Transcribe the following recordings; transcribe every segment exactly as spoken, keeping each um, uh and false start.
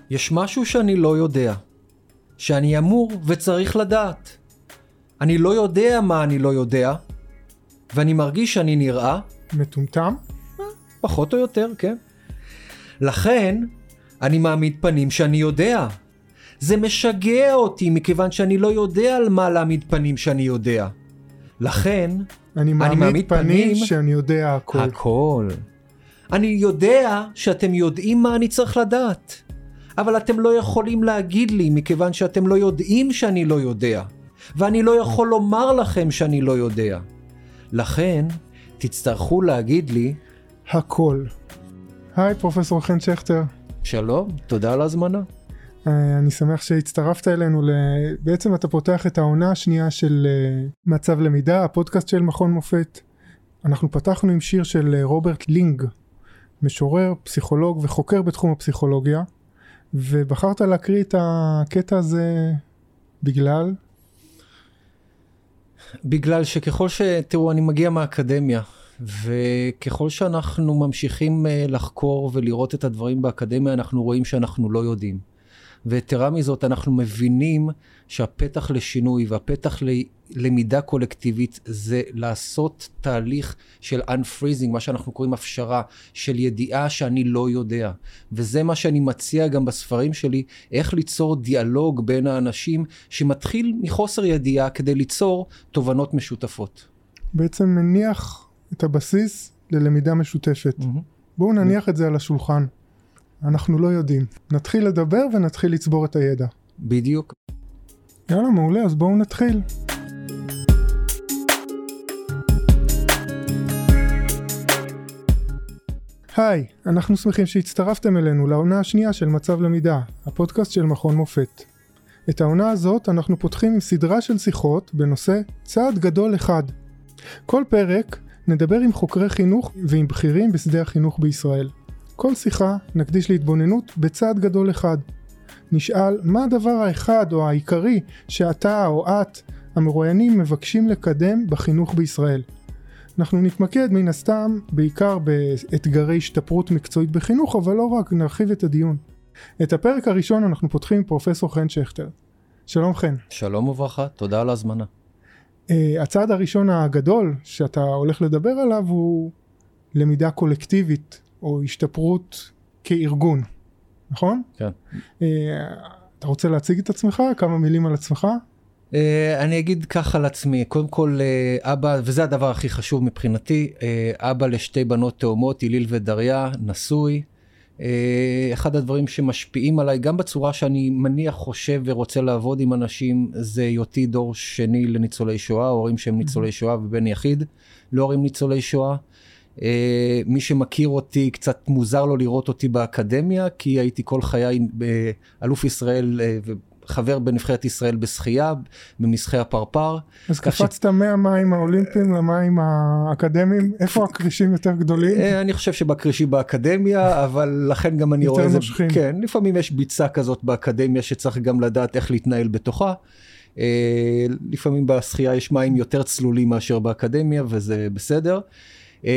יש משהו שאני לא יודע, שאני אמור וצריך לדעת. אני לא יודע מה אני לא יודע, ואני מרגיש שאני נראה מטומטם? פחות או יותר, כן. לכן, אני מעמיד פנים שאני יודע. זה משגע אותי מכיוון שאני לא יודע על מה להעמיד פנים שאני יודע. לכן, אני מעמיד, אני מעמיד פנים, פנים שאני יודע הכל. הכל. אני יודע שאתם יודעים מה אני צריך לדעת. אבל אתם לא יכולים להגיד לי מכיוון שאתם לא יודעים שאני לא יודע. ואני לא יכול לומר לכם שאני לא יודע. לכן, תצטרכו להגיד לי הכל. היי, פרופסור חן שכטר. שלום, תודה על הזמנה. אני שמח שהצטרפת אלינו. בעצם אתה פותח את העונה השנייה של מצב למידה, הפודקאסט של מכון מופת. אנחנו פתחנו עם שיר של רוברט לינג, משורר, פסיכולוג וחוקר בתחום הפסיכולוגיה, ובחרת להקריא את הקטע הזה בגלל? בגלל שככל שתראו, אני מגיע מהאקדמיה, וככל שאנחנו ממשיכים לחקור ולראות את הדברים באקדמיה, אנחנו רואים שאנחנו לא יודעים. ויתרה מזאת, אנחנו מבינים שהפתח לשינוי והפתח ללמידה קולקטיבית זה לעשות תהליך של unfreezing, מה שאנחנו קוראים הפשרה, של ידיעה שאני לא יודע. וזה מה שאני מציע גם בספרים שלי, איך ליצור דיאלוג בין האנשים שמתחיל מחוסר ידיעה כדי ליצור תובנות משותפות. בעצם מניח את הבסיס ללמידה משותפת. Mm-hmm. בואו נניח mm-hmm. את זה על השולחן. אנחנו לא יודעים. נתחיל לדבר ונתחיל לצבור את הידע. בדיוק. יאללה, מעולה, אז בואו נתחיל. היי, אנחנו שמחים שהצטרפתם אלינו לעונה השנייה של מצב למידה, הפודקאסט של מכון מופת. את העונה הזאת אנחנו פותחים עם סדרה של שיחות בנושא צעד גדול אחד. כל פרק נדבר עם חוקרי חינוך ועם בכירים בשדה החינוך בישראל. כל שיחה נקדיש להתבוננות בצעד גדול אחד. נשאל מה הדבר האחד או העיקרי שאתה או את המרואיינים מבקשים לקדם בחינוך בישראל. אנחנו נתמקד מן הסתם בעיקר באתגרי השתפרות מקצועית בחינוך, אבל לא רק, נרחיב את הדיון. את הפרק הראשון אנחנו פותחים עם פרופסור חן שכטר. שלום חן. שלום וברכה, תודה על הזמנה. Uh, הצעד הראשון הגדול שאתה הולך לדבר עליו הוא למידה קולקטיבית או השתפרות כארגון, נכון? כן. Uh, אתה רוצה להציג את עצמך? כמה מילים על עצמך? Uh, אני אגיד ככה על עצמי, קודם כל uh, אבא, וזה הדבר הכי חשוב מבחינתי, uh, אבא לשתי בנות תאומות, איליל ודריה, נשוי. Uh, אחד הדברים שמשפיעים עליי, גם בצורה שאני מניח, חושב ורוצה לעבוד עם אנשים, זה היותי דור שני לניצולי שואה, הורים שהם ניצולי שואה ובן יחיד, לא הורים ניצולי שואה. Uh, מי שמכיר אותי, קצת מוזר לו לראות אותי באקדמיה, כי הייתי כל חיי אלוף ישראל uh, וחבר בנבחרת ישראל בשחייה, במשחי הפרפר. אז קפצת ש... מהמים האולימפיים למים האקדמיים, איפה הקרישים יותר גדולים? Uh, אני חושב שבקרישי באקדמיה, אבל לכן גם אני רואה... יותר נושכים. כן, לפעמים יש ביצה כזאת באקדמיה שצריך גם לדעת איך להתנהל בתוכה. Uh, לפעמים בשחייה יש מים יותר צלולים מאשר באקדמיה, וזה בסדר. Uh,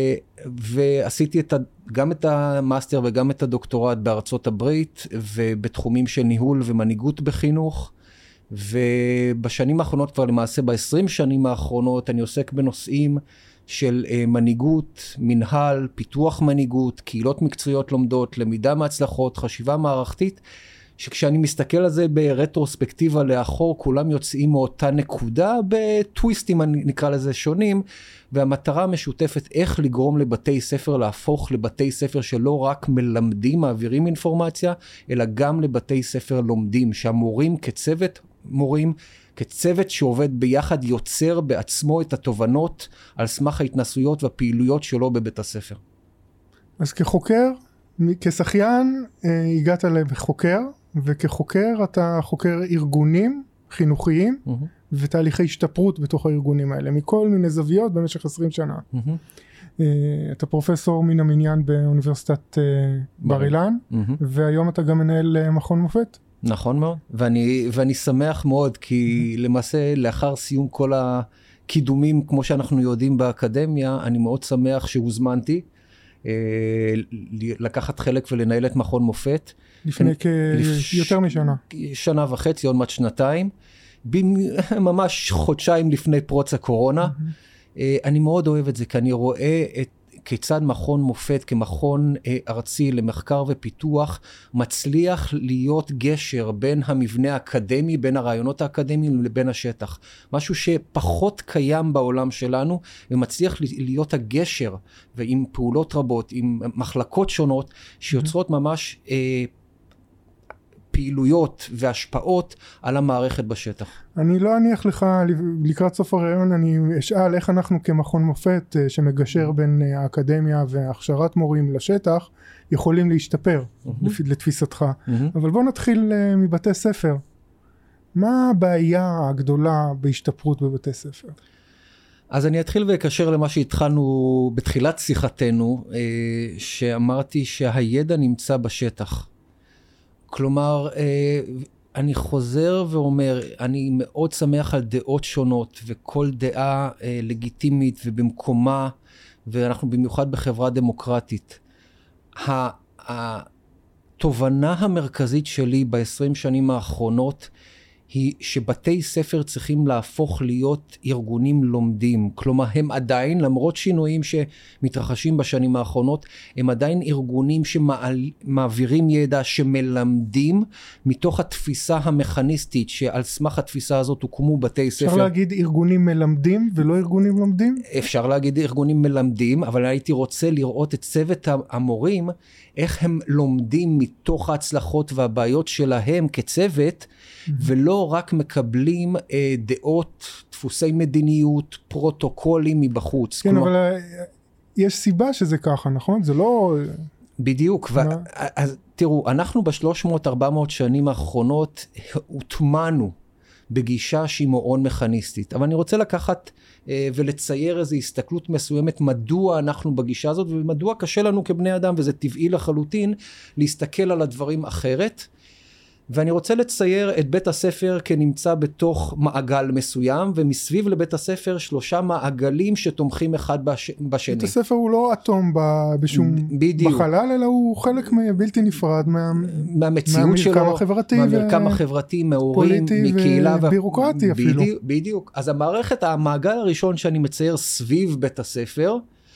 ועשיתי את ה, גם את המאסטר וגם את הדוקטורט בארצות הברית ובתחומים של ניהול ומנהיגות בחינוך, ובשנים האחרונות, כבר למעשה ב-עשרים שנים האחרונות, אני עוסק בנושאים של uh, מנהיגות, מנהל, פיתוח מנהיגות, קהילות מקצועיות לומדות, למידה מהצלחות, חשיבה מערכתית, שכשאני מסתכל על זה ברטרוספקטיבה לאחור, כולם יוצאים מאותה נקודה בטוויסטים, נקרא לזה, שונים, והמטרה המשותפת איך לגרום לבתי ספר להפוך לבתי ספר שלא רק מלמדים, מעבירים אינפורמציה, אלא גם לבתי ספר לומדים, שהמורים כצוות מורים, כצוות שעובד ביחד, יוצר בעצמו את התובנות על סמך ההתנסויות והפעילויות שלו בבית הספר. אז כחוקר, כשחיין הגעת לחוקר, וכחוקר אתה חוקר ארגונים חינוכיים, mm-hmm. ותהליכי השתפרות בתוך הארגונים האלה, מכל מיני זוויות במשך עשרים שנה. Mm-hmm. אתה פרופסור מן המניין באוניברסיטת בר אילן, mm-hmm. והיום אתה גם מנהל מכון מופת. נכון מאוד, ואני, ואני שמח מאוד, כי mm-hmm. למעשה לאחר סיום כל הקידומים, כמו שאנחנו יודעים באקדמיה, אני מאוד שמח שהוזמנתי, לקחת חלק ולנהל את מכון מופת. לפני כיותר משנה. שנה וחצי, עוד מעט שנתיים. ממש חודשיים לפני פרוץ הקורונה. אני מאוד אוהב את זה, כי אני רואה את כיצד מכון מופת כמכון ארצי למחקר ופיתוח מצליח להיות גשר בין המבנה האקדמי, בין הרעיונות האקדמיים לבין השטח. משהו שפחות קיים בעולם שלנו ומצליח להיות הגשר, ועם פעולות רבות, עם מחלקות שונות שיוצרות ממש אה, פעילויות והשפעות על המערכת בשטח. אני לא אניח לך לקראת סוף הרעיון, אני אשאל איך אנחנו כמכון מופת שמגשר בין האקדמיה והכשרת מורים לשטח יכולים להשתפר לתפיסתך. אבל בוא נתחיל מבתי ספר. מה הבעיה הגדולה בהשתפרות בבתי ספר? אז אני אתחיל ואקשר למה שהתחלנו בתחילת שיחתנו, שאמרתי שהידע נמצא בשטח. כלומר, אני חוזר ואומר, אני מאוד שמח על דעות שונות, וכל דעה לגיטימית ובמקומה, ואנחנו במיוחד בחברה דמוקרטית. התובנה המרכזית שלי ב-עשרים שנים האחרונות, היא שבתי ספר צריכים להפוך להיות ארגונים לומדים. כלומר, הם עדיין, למרות שינויים שמתרחשים בשנים האחרונות, הם עדיין ארגונים שמעבירים ידע, שמלמדים מתוך התפיסה המכניסטית, שעל סמך התפיסה הזאת הוקמו בתי ספר. אפשר להגיד ארגונים מלמדים ולא ארגונים לומדים? אפשר להגיד ארגונים מלמדים, אבל הייתי רוצה לראות את צוות המורים, איך הם לומדים מתוך ההצלחות והבעיות שלהם כצוות, ולא רק מקבלים אה, דעות, דפוסי מדיניות, פרוטוקולים מבחוץ. כן, כלומר... אבל יש סיבה שזה ככה, נכון? זה לא... בדיוק. ו... אז תראו, אנחנו ב-שלוש מאות ארבע מאות שנים האחרונות הוטמנו בגישה שהיא מאוד מכניסטית. אבל אני רוצה לקחת אה, ולצייר איזו הסתכלות מסוימת, מדוע אנחנו בגישה הזאת, ומדוע קשה לנו כבני אדם, וזה טבעי לחלוטין, להסתכל על הדברים אחרת. ואני רוצה לצייר את בית הספר כנמצא בתוך מעגל מסוים, ומסביב לבית הספר שלושה מעגלים שתומכים אחד בשני. בית הספר הוא לא אטום בשום בדיוק. בחלל, אלא הוא חלק בלתי נפרד מה... מהמציאות שלו, מהמרקם החברתי, מהמרקם ו... החברתי, מהורים, מקהילה. ובירוקרטי ו... אפילו. בדיוק, בדיוק. אז המערכת, המעגל הראשון שאני מצייר סביב בית הספר,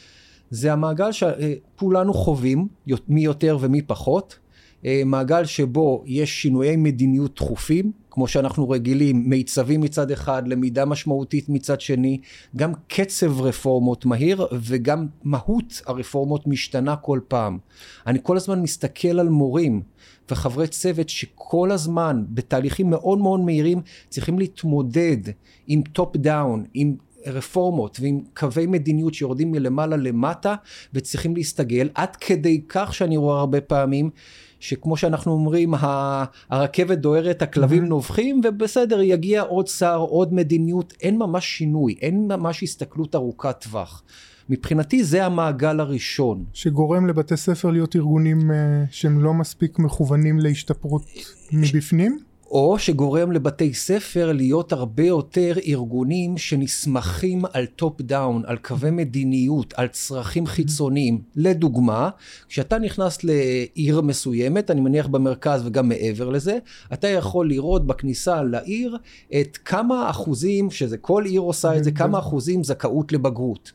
זה המעגל שכולנו חווים, מי יותר ומי פחות, מעגל שבו יש שינויי מדיניות תכופים, כמו שאנחנו רגילים, מיצבים מצד אחד, למידה משמעותית מצד שני, גם קצב רפורמות מהיר, וגם מהות הרפורמות משתנה כל פעם. אני כל הזמן מסתכל על מורים וחברי צוות שכל הזמן, בתהליכים מאוד מאוד מהירים, צריכים להתמודד עם טופ דאון, עם רפורמות ועם קווי מדיניות שיורדים מלמעלה למטה, וצריכים להסתגל, עד כדי כך שאני רואה הרבה פעמים, שכמו שאנחנו אומרים, הרכבת דוהרת, הכלבים נובחים, ובסדר, יגיע עוד שר, עוד מדיניות, אין ממש שינוי, אין ממש הסתכלות ארוכת טווח. מבחינתי זה המעגל הראשון. שגורם לבתי ספר להיות ארגונים שהם לא מספיק מכוונים להשתפרות מבפנים? או שגורם לבתי ספר להיות הרבה יותר ארגונים שנסמכים על טופ דאון, על קווי מדיניות, על צרכים חיצוניים. לדוגמה, כשאתה נכנס לעיר מסוימת, אני מניח במרכז וגם מעבר לזה, אתה יכול לראות בכניסה לעיר את כמה אחוזים, שזה כל עיר עושה את זה, כמה אחוזים זכאות לבגרות.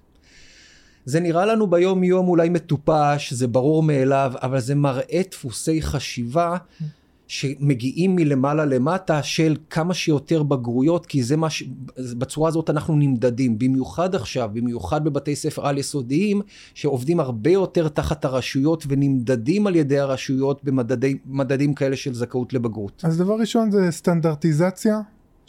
זה נראה לנו ביום יום אולי מטופש, זה ברור מאליו, אבל זה מראה דפוסי חשיבה, שמגיעים מלמעלה למטה של כמה שיותר בגרויות, כי זה מה ש... בצורה הזאת אנחנו נמדדים, במיוחד עכשיו, במיוחד בבתי ספר על יסודיים, שעובדים הרבה יותר תחת הרשויות, ונמדדים על ידי הרשויות במדדים כאלה של זכאות לבגרות. אז דבר ראשון זה סטנדרטיזציה,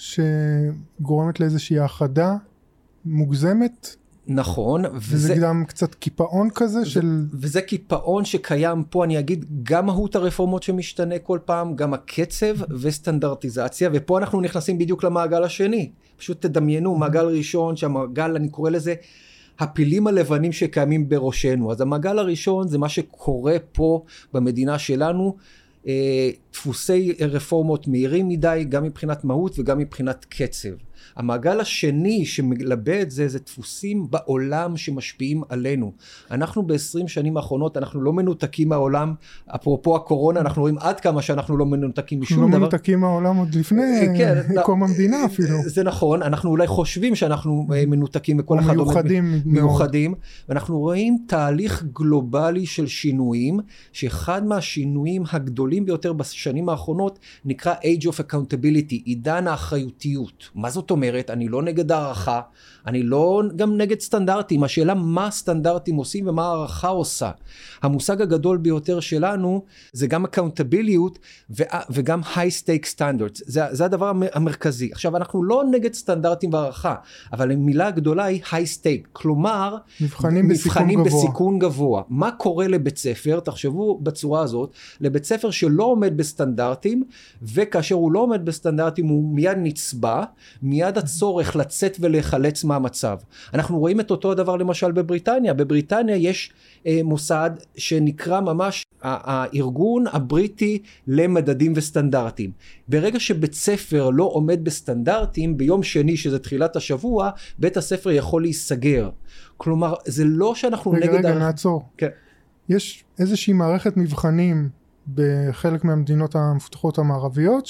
שגורמת לאיזושהי האחדה מוגזמת, נכון. וזה וזה גם קצת קיפאון כזה ו- של... וזה קיפאון שקיים פה, אני אגיד, גם מהות הרפורמות שמשתנה כל פעם, גם הקצב וסטנדרטיזציה, ופה אנחנו נכנסים בדיוק למעגל השני. פשוט תדמיינו, מעגל ראשון, שהמעגל, אני קורא לזה, הפילים הלבנים שקיימים בראשנו. אז המעגל הראשון זה מה שקורה פה במדינה שלנו, דפוסי רפורמות מהירים מדי, גם מבחינת מהות וגם מבחינת קצב. המעגל השני שמלבה את זה, זה דפוסים בעולם שמשפיעים עלינו. אנחנו ב-עשרים שנים האחרונות, אנחנו לא מנותקים מהעולם, אפרופו הקורונה, אנחנו רואים עד כמה שאנחנו לא מנותקים משום לא דבר. לא מנותקים מהעולם עוד לפני כן, קום המדינה אפילו. זה נכון, אנחנו אולי חושבים שאנחנו מנותקים, וכל אחד מיוחדים, מיוחדים, ואנחנו רואים תהליך גלובלי של שינויים, שאחד מהשינויים הגדולים ביותר בשנים האחרונות, נקרא Age of Accountability, עידן האחריותיות. מה זאת אומרת? אני לא נגד הערכה, אני לא גם נגד סטנדרטים, השאלה מה סטנדרטים עושים ומה הערכה עושה. המושג הגדול ביותר שלנו, זה גם accountability וגם high stake standards, זה, זה הדבר המרכזי. עכשיו, אנחנו לא נגד סטנדרטים והערכה, אבל המילה הגדולה היא high stake, כלומר, מבחנים, מבחנים בסיכון, בסיכון גבוה. גבוה. מה קורה לבית ספר? תחשבו בצורה הזאת, לבית ספר שלא עומד בסטנדרטים, וכאשר הוא לא עומד בסטנדרטים, הוא מיד נצבע, מיד הצורך לצאת ולהחלץ מהמצב. אנחנו רואים את אותו הדבר למשל בבריטניה. בבריטניה יש אה, מוסד שנקרא ממש הארגון הבריטי למדדים וסטנדרטים. ברגע שבית ספר לא עומד בסטנדרטים, ביום שני שזה תחילת השבוע, בית הספר יכול להיסגר. כלומר, זה לא שאנחנו רגע, נגד... רגע, רגע, נעצור. כן. יש איזושהי מערכת מבחנים בחלק מהמדינות המפותחות המערביות,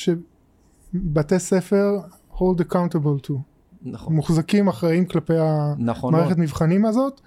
שבתי ספר hold accountable to. נכון. מוחזקים אחראים כלפי נכון המערכת מאוד. מבחנים הזאת,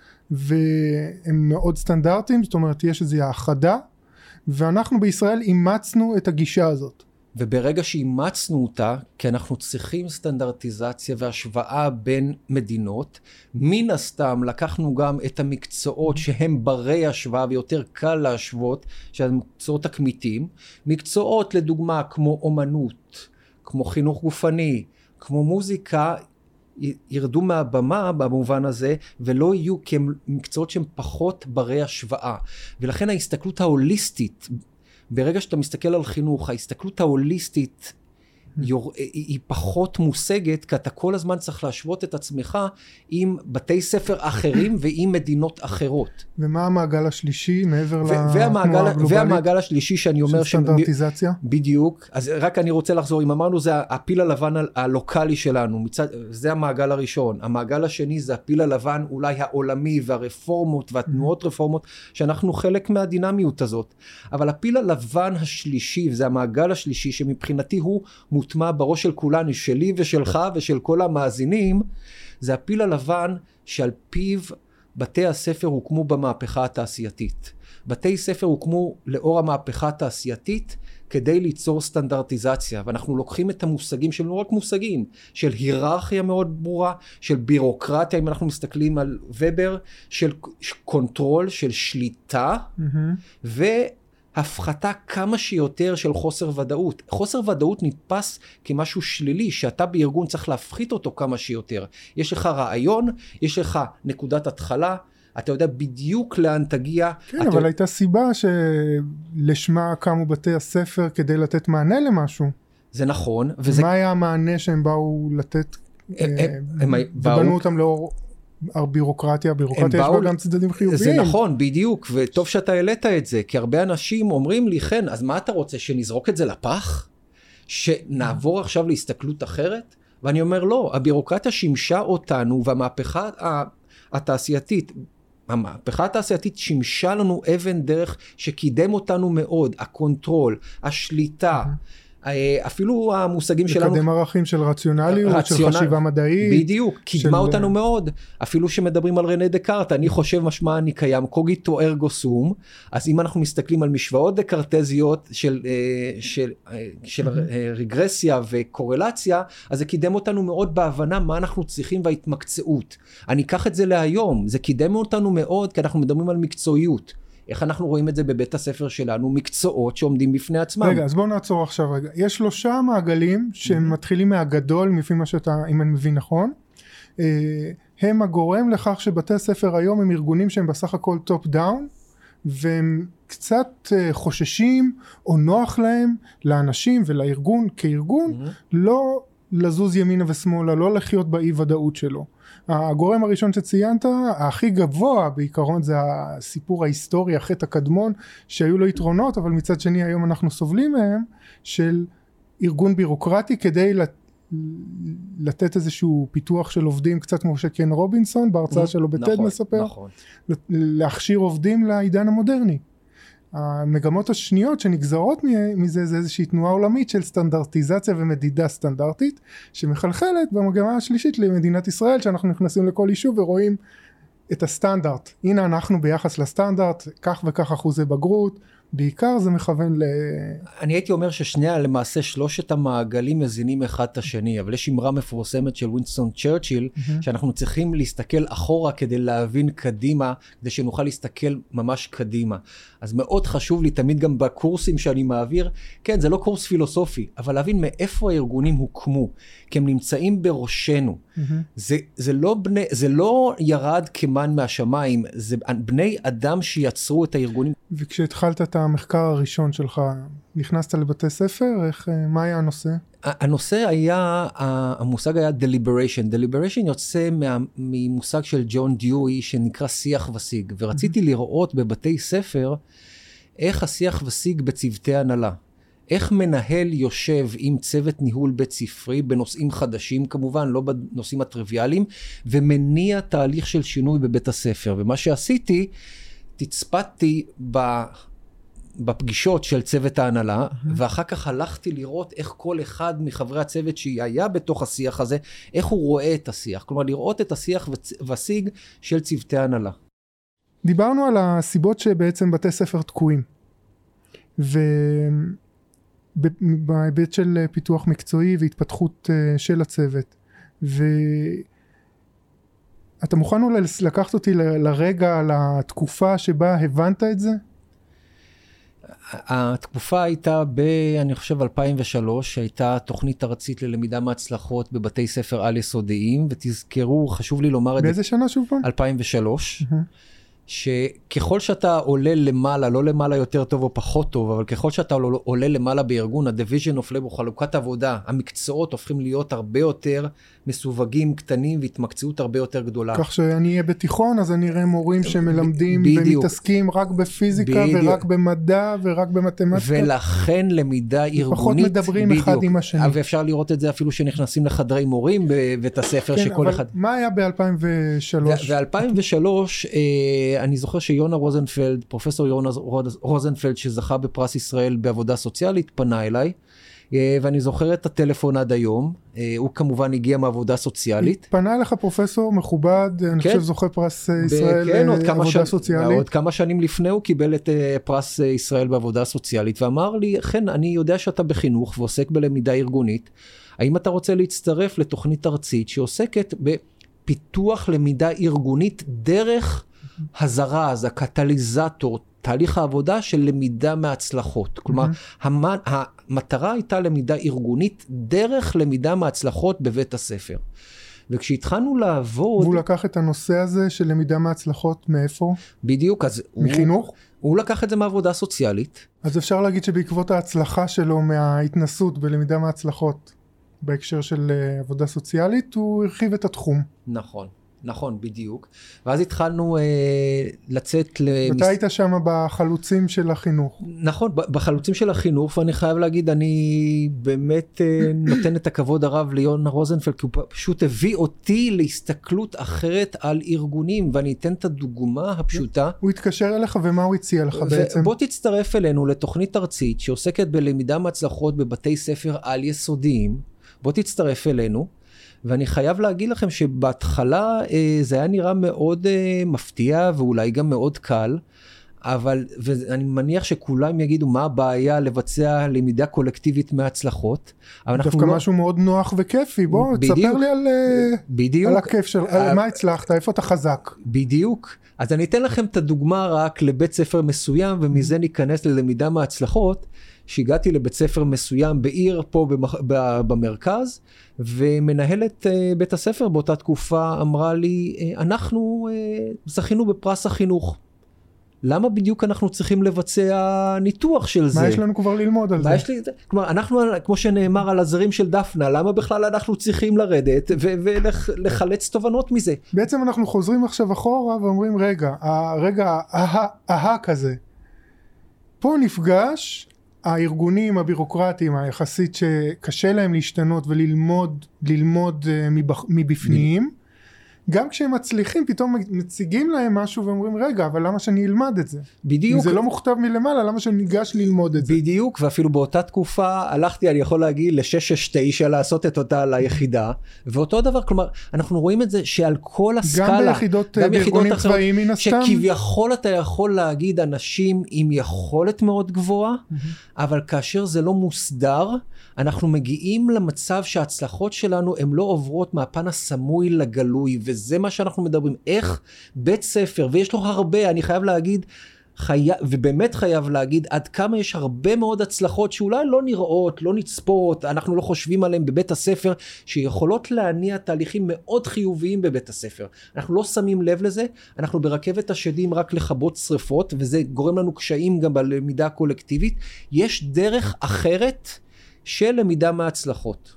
והם מאוד סטנדרטיים, זאת אומרת, יש איזו האחדה, ואנחנו בישראל אימצנו את הגישה הזאת. וברגע שאימצנו אותה, כי אנחנו צריכים סטנדרטיזציה והשוואה בין מדינות, מן הסתם לקחנו גם את המקצועות שהם ברי השוואה ויותר קל להשוות, שזה מקצועות הקמיתים, מקצועות לדוגמה כמו אומנות, כמו חינוך גופני, כמו מוזיקה, ירדו מהבמה במובן הזה, ולא יהיו כמקצועות שהם פחות ברי השוואה. ולכן ההסתכלות ההוליסטית, ברגע שאתה מסתכל על חינוך, ההסתכלות ההוליסטית יור... היא פחות מושגת, כי אתה כל הזמן צריך להשוות את עצמך עם בתי ספר אחרים ועם מדינות אחרות. ומה המעגל השלישי מעבר ו- והמעגל, לתנועה הגלובלית? והמעגל השלישי שאני אומר... של סטנדרטיזציה? ש... בדיוק. אז רק אני רוצה לחזור, אם אמרנו זה הפיל הלבן הלוקלי שלנו, מצד... זה המעגל הראשון. המעגל השני זה הפיל הלבן אולי העולמי והרפורמות והתנועות רפורמות, שאנחנו חלק מהדינמיות הזאת. אבל הפיל הלבן השלישי, זה המעגל השלישי שמבחינתי הוא מוטמע בראש של כולנו, שלי ושלך ושל כל המאזינים, זה הפיל הלבן שעל פיו בתי הספר הוקמו במהפכה התעשייתית. בתי ספר הוקמו לאור המהפכה התעשייתית כדי ליצור סטנדרטיזציה, ואנחנו לוקחים את המושגים של לא רק מושגים, של היררכיה מאוד ברורה, של בירוקרטיה, אם אנחנו מסתכלים על ובר, של קונטרול, של שליטה, mm-hmm. ו... הפחתה כמה שיותר של חוסר ודאות. חוסר ודאות נתפס כמשהו שלילי, שאתה בארגון צריך להפחית אותו כמה שיותר. יש לך רעיון, יש לך נקודת התחלה, אתה יודע בדיוק לאן תגיע. כן, אבל יודע... הייתה סיבה שלשמה קמו בתי הספר כדי לתת מענה למשהו. זה נכון. וזה... מה היה המענה שהם באו לתת? הם, הם, הם ובנו באו... אותם לאור... הבירוקרטיה, הבירוקרטיה יש בה גם צדדים חיוביים. זה נכון, בדיוק, וטוב שאתה העלית את זה, כי הרבה אנשים אומרים לי, כן, אז מה אתה רוצה, שנזרוק את זה לפח? שנעבור עכשיו להסתכלות אחרת? ואני אומר, לא, הבירוקרטיה שימשה אותנו, והמהפכה התעשייתית, המהפכה התעשייתית שימשה לנו אבן דרך שקידם אותנו מאוד, הקונטרול, השליטה, אפילו המושגים שלנו... לקדם ערכים של רציונליות, רציונל... של חשיבה מדעית. בדיוק, קידמה של... אותנו מאוד. אפילו שמדברים על רנה דקארט, אני חושב משמע אני קיים, קוגיטו ארגו סום, אז אם אנחנו מסתכלים על משוואות דקארטזיות של, של, של רגרסיה וקורלציה, אז זה קידם אותנו מאוד בהבנה מה אנחנו צריכים וההתמקצעות. אני אקח את זה להיום, זה קידם אותנו מאוד, כי אנחנו מדברים על מקצועיות. איך אנחנו רואים את זה בבית הספר שלנו, מקצועות שעומדים בפני עצמם. רגע, אז בואו נעצור עכשיו רגע. יש שלושה מעגלים שהם mm-hmm. מתחילים מהגדול, לפי מה שאתה, אם אני מבין נכון. הם הגורם לכך שבתי הספר היום הם ארגונים שהם בסך הכל טופ דאון, והם קצת חוששים או נוח להם לאנשים ולארגון כארגון, mm-hmm. לא לזוז ימינה ושמאלה, לא לחיות באי ודאות שלו. הגורם הראשון שציינת, הכי גבוה בעיקרון זה הסיפור ההיסטורי, החטא הקדמון, שהיו לו יתרונות, אבל מצד שני היום אנחנו סובלים מהם, של ארגון בירוקרטי כדי לתת איזשהו פיתוח של עובדים, קצת כמו שקן רובינסון, בהרצאה שלו בטד נכון, מספר, נכון. להכשיר עובדים לעידן המודרני. המגמות השניות שנגזרות מזה, זה איזושהי תנועה עולמית של סטנדרטיזציה ומדידה סטנדרטית, שמחלחלת במגמה השלישית למדינת ישראל, שאנחנו נכנסים לכל יישוב ורואים את הסטנדרט. הנה אנחנו ביחס לסטנדרט, כך וכך אחוזי בגרות, בעיקר זה מכוון ל... אני הייתי אומר ששני, למעשה שלושת המעגלים מזינים אחד את השני, אבל יש אמרה מפורסמת של ווינסטון צ'רצ'יל, mm-hmm. שאנחנו צריכים להסתכל אחורה כדי להבין קדימה, כדי שנוכל להסתכל ממש קדימה. אז מאוד חשוב לי תמיד גם בקורסים שאני מעביר, כן, זה לא קורס פילוסופי, אבל להבין מאיפה הארגונים הוקמו, כי הם נמצאים בראשנו. Mm-hmm. זה, זה, לא בני, זה לא ירד כמן מהשמיים, זה בני אדם שיצרו את הארגונים. וכשהתחלת את המחקר הראשון שלך, נכנסת לבתי ספר? איך, מה היה הנושא? הנושא היה, המושג היה deliberation. deliberation יוצא מה, ממושג של ג'ון דיואי שנקרא שיח ושיג, ורציתי mm-hmm. לראות בבתי ספר איך השיח ושיג בצוותי הנהלה. איך מנהל יושב עם צוות ניהול בית ספרי, בנושאים חדשים כמובן, לא בנושאים הטריוויאליים, ומניע תהליך של שינוי בבית הספר. ומה שעשיתי, תצפתי ב... בפגישות של צוות ההנהלה, mm-hmm. ואחר כך הלכתי לראות איך כל אחד מחברי הצוות שהיה בתוך השיח הזה, איך הוא רואה את השיח. כלומר, לראות את השיח ושיג של צוותי ההנהלה. דיברנו על הסיבות שבעצם בתי ספר תקועים. ובהיבט של פיתוח מקצועי והתפתחות של הצוות. ואתה מוכן אולי לקחת אותי לרגע, לתקופה שבה הבנת את זה? התקופה הייתה ב, אני חושב, אלפיים ושלוש, שהייתה תוכנית ארצית ללמידה מהצלחות בבתי ספר על יסודיים, ותזכרו, חשוב לי לומר את זה. באיזה שנה שוב פעם? אלפיים ושלוש. Mm-hmm. שככל שאתה עולה למעלה, לא למעלה יותר טוב או פחות טוב, אבל ככל שאתה עולה למעלה בארגון, ה-Division of Labor, חלוקת עבודה, המקצועות הופכים להיות הרבה יותר מסווגים, קטנים, והתמקצעות הרבה יותר גדולה. כך שאני אהיה בתיכון, אז אני אראה מורים שמלמדים ומתעסקים רק בפיזיקה, בדיוק. ורק במדע, ורק במתמטיקה. ולכן למידה ארגונית, פחות מדברים בדיוק. אחד עם השני. ואפשר לראות את זה אפילו שנכנסים לחדרי מורים בבית הספר, כן, שכל אבל אחד... מה היה ב-אלפיים ושלוש? ב-אלפיים ושלוש, אני זוכר שיונה רוזנפלד, פרופסור יונה רוזנפלד, שזכה בפרס ישראל בעבודה סוציאלית, פנה אליי, ואני זוכר את הטלפון עד היום. הוא כמובן הגיע מעבודה סוציאלית. פנה אליך פרופסור מכובד, אני חושב זוכה פרס ישראל בעבודה סוציאלית. עוד כמה שנים לפני הוא קיבל את פרס ישראל בעבודה סוציאלית, ואמר לי, כן, אני יודע שאתה בחינוך ועוסק בלמידה ארגונית, האם אתה רוצה להצטרף לתוכנית ארצית שעוסקת בפיתוח למידה ארגונית דרך הזרז, הקטליזטור, תהליך העבודה של למידה מהצלחות. כלומר, mm-hmm. המטרה הייתה למידה ארגונית דרך למידה מהצלחות בבית הספר. וכשהתחלנו לעבוד... והוא לקח את הנושא הזה של למידה מהצלחות מאיפה? בדיוק, אז... מחינוך? הוא, הוא לקח את זה מעבודה סוציאלית. אז אפשר להגיד שבעקבות ההצלחה שלו מההתנסות בלמידה מהצלחות, בהקשר של עבודה סוציאלית, הוא הרחיב את התחום. נכון. נכון, בדיוק. ואז התחלנו אה, לצאת... למס... ואתה היית שם בחלוצים של החינוך. נכון, בחלוצים של החינוך, ואני חייב להגיד, אני באמת אה, נותן את הכבוד הרב ליונה רוזנפלד, כי הוא פשוט הביא אותי להסתכלות אחרת על ארגונים, ואני אתן את הדוגמה הפשוטה. הוא התקשר אליך, ומה הוא הציע לך בעצם? בוא תצטרף אלינו לתוכנית ארצית, שעוסקת בלמידה מהצלחות בבתי ספר על יסודיים. בוא תצטרף אלינו. ואני חייב להגיד לכם שבהתחלה אה, זה היה נראה מאוד אה, מפתיע ואולי גם מאוד קל, אבל ואני מניח שכולם יגידו מה הבעיה לבצע למידה קולקטיבית מהצלחות. דווקא לא... משהו מאוד נוח וכיפי, בוא בדיוק, תספר לי על, בדיוק, על הכיף של, על מה הצלחת, איפה אתה חזק. בדיוק, אז אני אתן לכם את הדוגמה רק לבית ספר מסוים, ומזה ניכנס ללמידה מההצלחות. שהגעתי לבית ספר מסוים בעיר פה במרכז, ומנהלת בית הספר באותה תקופה אמרה לי, אנחנו זכינו בפרס החינוך. למה בדיוק אנחנו צריכים לבצע ניתוח של זה? מה יש לנו כבר ללמוד על זה? יש לי, כלומר, אנחנו, כמו שנאמר על הזרים של דפנה, למה בכלל אנחנו צריכים לרדת ולחלץ תובנות מזה? בעצם אנחנו חוזרים עכשיו אחורה ואומרים, רגע, הרגע ההה כזה, פה נפגש הארגונים הבירוקרטיים היחסית שקשה להם להשתנות וללמוד ללמוד מבפנים, גם כשהם מצליחים פתאום מציגים להם משהו ואומרים רגע, אבל למה שאני אלמד את זה? בדיוק. אם זה לא מוכתב מלמעלה, למה שאני ניגש ללמוד את זה? בדיוק, ואפילו באותה תקופה הלכתי, אני יכול להגיד, ל-שש שש תשע לעשות את אותה ליחידה, ואותו דבר, כלומר, אנחנו רואים את זה שעל כל הסקאלה, גם ביחידות, גם בארגונים צבאיים מן הסתם, שכביכול אתה יכול להגיד אנשים עם יכולת מאוד גבוהה, mm-hmm. אבל כאשר זה לא מוסדר, אנחנו מגיעים למצב שההצלחות שלנו הן לא עוברות מהפן הסמוי לגלוי, וזה מה שאנחנו מדברים, איך בית ספר, ויש לו הרבה, אני חייב להגיד, חי... ובאמת חייב להגיד, עד כמה יש הרבה מאוד הצלחות שאולי לא נראות, לא נצפות, אנחנו לא חושבים עליהן בבית הספר, שיכולות להניע תהליכים מאוד חיוביים בבית הספר. אנחנו לא שמים לב לזה, אנחנו ברכבת השדים רק לכבות שריפות, וזה גורם לנו קשיים גם בלמידה הקולקטיבית. יש דרך אחרת של למידה מההצלחות.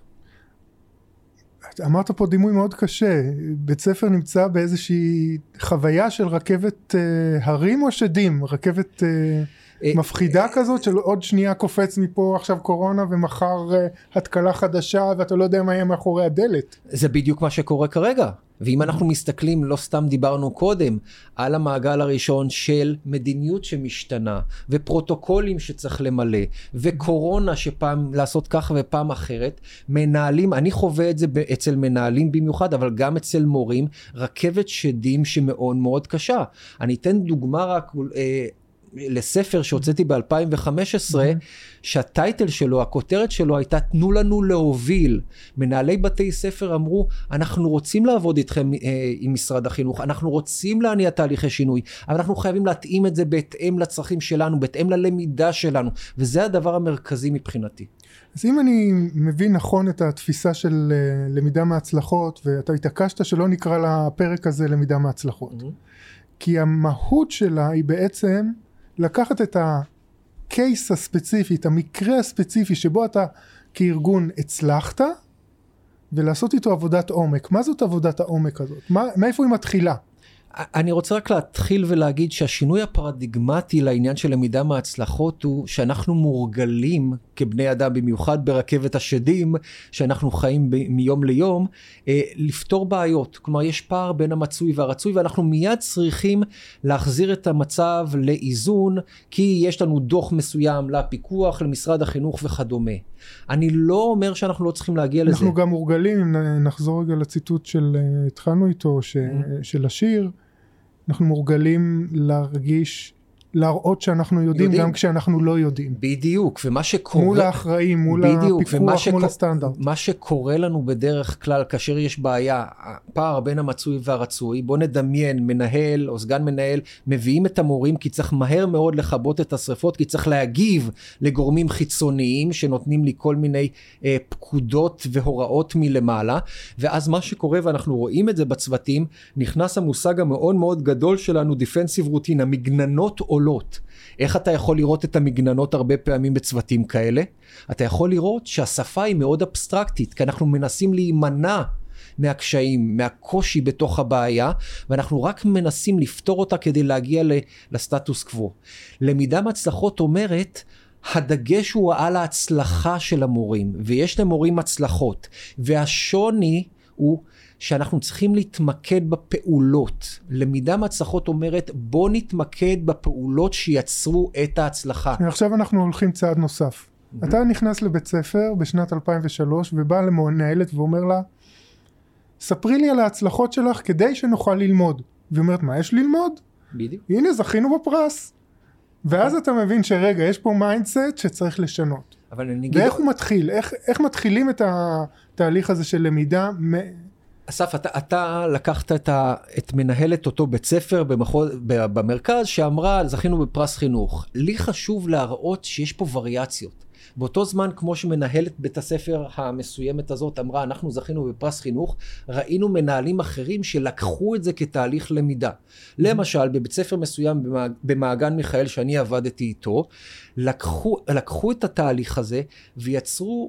אמרת פה דימוי מאוד קשה, בית ספר נמצא באיזושהי חוויה של רכבת אה, הרים או שדים, רכבת אה, אה, מפחידה אה, כזאת של עוד שנייה קופץ מפה עכשיו קורונה ומחר אה, התקלה חדשה ואתה לא יודע מה יהיה מאחורי הדלת. זה בדיוק מה שקורה כרגע. ואם אנחנו מסתכלים, לא סתם דיברנו קודם, על המעגל הראשון של מדיניות שמשתנה, ופרוטוקולים שצריך למלא, וקורונה שפעם לעשות ככה ופעם אחרת, מנהלים, אני חווה את זה אצל מנהלים במיוחד, אבל גם אצל מורים, רכבת שדים שמאוד מאוד קשה. אני אתן דוגמה רק אה, לספר שהוצאתי ב-אלפיים וחמש עשרה, שהטייטל שלו, הכותרת שלו הייתה תנו לנו להוביל. מנהלי בתי ספר אמרו, אנחנו רוצים לעבוד איתכם אה, עם משרד החינוך, אנחנו רוצים להניע תהליכי שינוי, אבל אנחנו חייבים להתאים את זה בהתאם לצרכים שלנו, בהתאם ללמידה שלנו, וזה הדבר המרכזי מבחינתי. אז אם אני מבין נכון את התפיסה של uh, למידה מהצלחות, ואתה התעקשת שלא נקרא לפרק הזה למידה מהצלחות, mm-hmm. כי המהות שלה היא בעצם לקחת את הקייס הספציפי, את המקרה הספציפי שבו אתה כארגון הצלחת, ולעשות איתו עבודת עומק. מה זאת עבודת העומק הזאת? מה, מאיפה היא מתחילה? אני רוצה רק להתחיל ולהגיד שהשינוי הפרדיגמטי לעניין של למידה מההצלחות הוא שאנחנו מורגלים כבני אדם, במיוחד ברכבת השדים, שאנחנו חיים ב- מיום ליום, אה, לפתור בעיות. כלומר, יש פער בין המצוי והרצוי, ואנחנו מיד צריכים להחזיר את המצב לאיזון, כי יש לנו דוח מסוים לפיקוח, למשרד החינוך וכדומה. אני לא אומר שאנחנו לא צריכים להגיע אנחנו לזה. אנחנו גם מורגלים, אם נחזור רגע לציטוט של, התחלנו איתו, ש, של השיר, אנחנו מורגלים להרגיש, להראות שאנחנו יודעים, יודעים גם כשאנחנו לא יודעים. בדיוק, ומה שקורה... מול האחראים, מול בדיוק, הפיקוח, שק... מול הסטנדרט. מה שקורה לנו בדרך כלל, כאשר יש בעיה, הפער בין המצוי והרצוי, בוא נדמיין, מנהל או סגן מנהל, מביאים את המורים, כי צריך מהר מאוד לכבות את השריפות, כי צריך להגיב לגורמים חיצוניים, שנותנים לי כל מיני אה, פקודות והוראות מלמעלה, ואז מה שקורה, ואנחנו רואים את זה בצוותים, נכנס המושג המאוד מאוד גדול שלנו, דיפנסיב רוטין, המגננות עולות. איך אתה יכול לראות את המגננות הרבה פעמים בצוותים כאלה? אתה יכול לראות שהשפה היא מאוד אבסטרקטית, כי אנחנו מנסים להימנע מהקשיים, מהקושי בתוך הבעיה, ואנחנו רק מנסים לפתור אותה כדי להגיע לסטטוס קוו. למידה מהצלחות אומרת, הדגש הוא על ההצלחה של המורים, ויש למורים הצלחות, והשוני הוא שאנחנו צריכים להתמקד בפעולות. למידה מהצלחות אומרת, בוא נתמקד בפעולות שיצרו את ההצלחה. עכשיו אנחנו הולכים צעד נוסף. Mm-hmm. אתה נכנס לבית ספר בשנת אלפיים ושלוש, ובא למנהלת ואומר לה, ספרי לי על ההצלחות שלך כדי שנוכל ללמוד. והיא אומרת, מה יש ללמוד? בדיוק. הנה, זכינו בפרס. ואז אתה מבין שרגע, יש פה מיינדסט שצריך לשנות. אבל אני אגיד... ואיך הוא מתחיל? איך, איך מתחילים את התהליך הזה של למידה? אסף, אתה, אתה לקחת את, ה, את מנהלת אותו בית ספר במחוז, במרכז, שאמרה, זכינו בפרס חינוך. לי חשוב להראות שיש פה וריאציות. באותו זמן, כמו שמנהלת בית הספר המסוימת הזאת אמרה, אנחנו זכינו בפרס חינוך, ראינו מנהלים אחרים שלקחו את זה כתהליך למידה. למשל, בבית ספר מסוים במעגן מיכאל, שאני עבדתי איתו, לקחו, לקחו את התהליך הזה ויצרו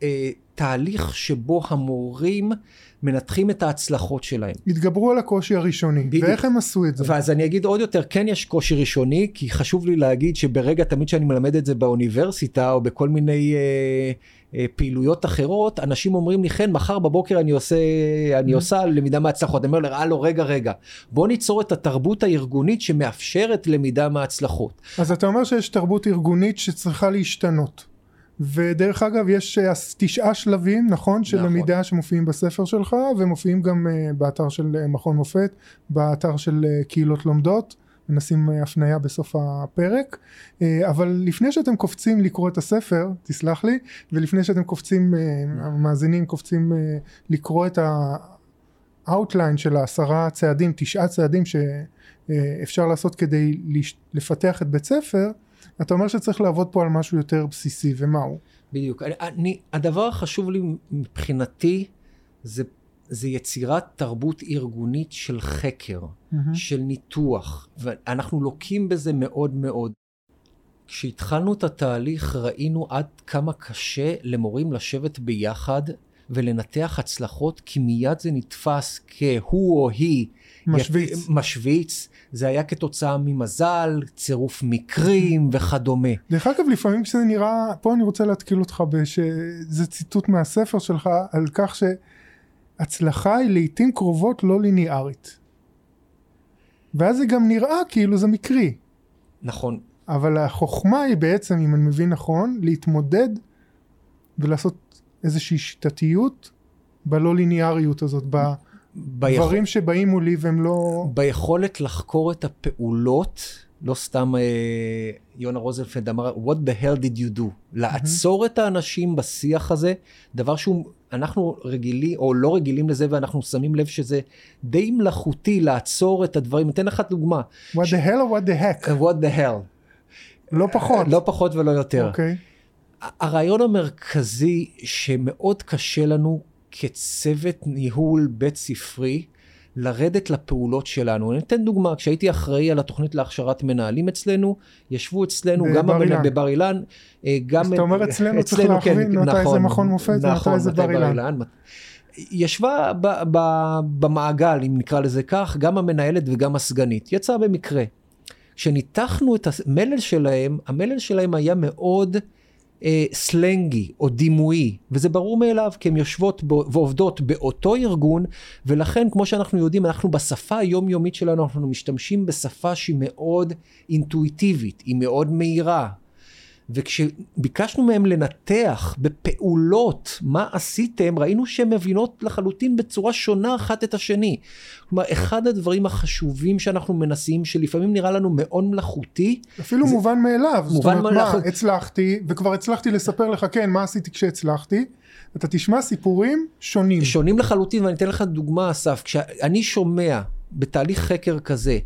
אה, תהליך שבו המורים מנתחים את ההצלחות שלהם. התגברו על הקושי הראשוני, בדיוק. ואיך הם עשו את זה? ואז אני אגיד עוד יותר, כן יש קושי ראשוני, כי חשוב לי להגיד שברגע תמיד שאני מלמד את זה באוניברסיטה, או בכל מיני אה, אה, פעילויות אחרות, אנשים אומרים לי, כן, מחר בבוקר אני עושה, אני mm-hmm. עושה למידה מההצלחות. אני אומר לראה לו, רגע, רגע, בוא ניצור את התרבות הארגונית שמאפשרת למידה מההצלחות. אז אתה אומר שיש תרבות ארגונית שצריכה להשתנות. ודרך אגב יש תשעה שלבים, נכון, של נכון. למידה שמופיעים בספר שלך, ומופיעים גם uh, באתר של מכון מופת, באתר של uh, קהילות לומדות, ונשים uh, הפניה בסוף הפרק, uh, אבל לפני שאתם קופצים לקרוא את הספר, תסלח לי, ולפני שאתם קופצים, uh, המאזינים קופצים uh, לקרוא את ה-outline של העשרה צעדים, תשעה צעדים שאפשר לעשות כדי לפתח את בית ספר, אתה אומר שצריך לעבוד פה על משהו יותר בסיסי, ומה הוא? בדיוק. אני, אני, הדבר החשוב לי מבחינתי, זה, זה יצירת תרבות ארגונית של חקר, mm-hmm. של ניתוח, ואנחנו לוקים בזה מאוד מאוד. כשהתחלנו את התהליך, ראינו עד כמה קשה למורים לשבת ביחד, ולנתח הצלחות, כי מיד זה נתפס כהוא או היא, משוויץ. ית, משוויץ, זה היה כתוצאה ממזל, צירוף מקרים וכדומה. דרך אגב, לפעמים כשזה נראה, פה אני רוצה להתקיל אותך, שזה ציטוט מהספר שלך, על כך שהצלחה היא לעתים קרובות לא ליניארית. ואז זה גם נראה כאילו זה מקרי. נכון. אבל החוכמה היא בעצם, אם אני מבין נכון, להתמודד ולעשות איזושהי שיטתיות בלא ליניאריות הזאת, בדברים ביכול... שבאים מולי והם לא... ביכולת לחקור את הפעולות, לא סתם אה, יונה רוזנפלד אמר, what the hell did you do? לעצור mm-hmm. את האנשים בשיח הזה, דבר שהוא, אנחנו רגילים, או לא רגילים לזה, ואנחנו שמים לב שזה די מלאכותי לעצור את הדברים. אתן לך דוגמה. What ש... the hell or what the heck? What the hell. לא פחות. לא פחות ולא יותר. אוקיי. Okay. הרעיון המרכזי שמאוד קשה לנו כצוות ניהול בית ספרי, לרדת לפעולות שלנו. אני אתן דוגמה, כשהייתי אחראי על התוכנית להכשרת מנהלים אצלנו, ישבו אצלנו גם בבר אילן, גם... אז אתה אומר אצלנו צריך להכווין, מתי זה מכון מופת, מתי זה בר אילן. ישבה במעגל, אם נקרא לזה כך, גם המנהלת וגם הסגנית. יצא במקרה. כשניתחנו את המלל שלהם, המלל שלהם היה מאוד... סלנגי או דימוי, וזה ברור מאליו, כי הן יושבות ועובדות באותו ארגון, ולכן, כמו שאנחנו יודעים, אנחנו בשפה היומיומית שלנו, אנחנו משתמשים בשפה שהיא מאוד אינטואיטיבית, היא מאוד מהירה, וכשביקשנו מהם לנתח בפעולות מה עשיתם, ראינו שהן מבינות לחלוטין בצורה שונה אחת את השני. כלומר, אחד הדברים החשובים שאנחנו מנסים, שלפעמים נראה לנו מאוד מלאכותי. אפילו זה... מובן מאליו. מובן זאת אומרת, מלאכות... מה, הצלחתי, וכבר הצלחתי לספר לך, כן, מה עשיתי כשהצלחתי, אתה תשמע סיפורים שונים. שונים לחלוטין, ואני אתן לך דוגמה, אסף, כשאני שומע בתהליך חקר כזה,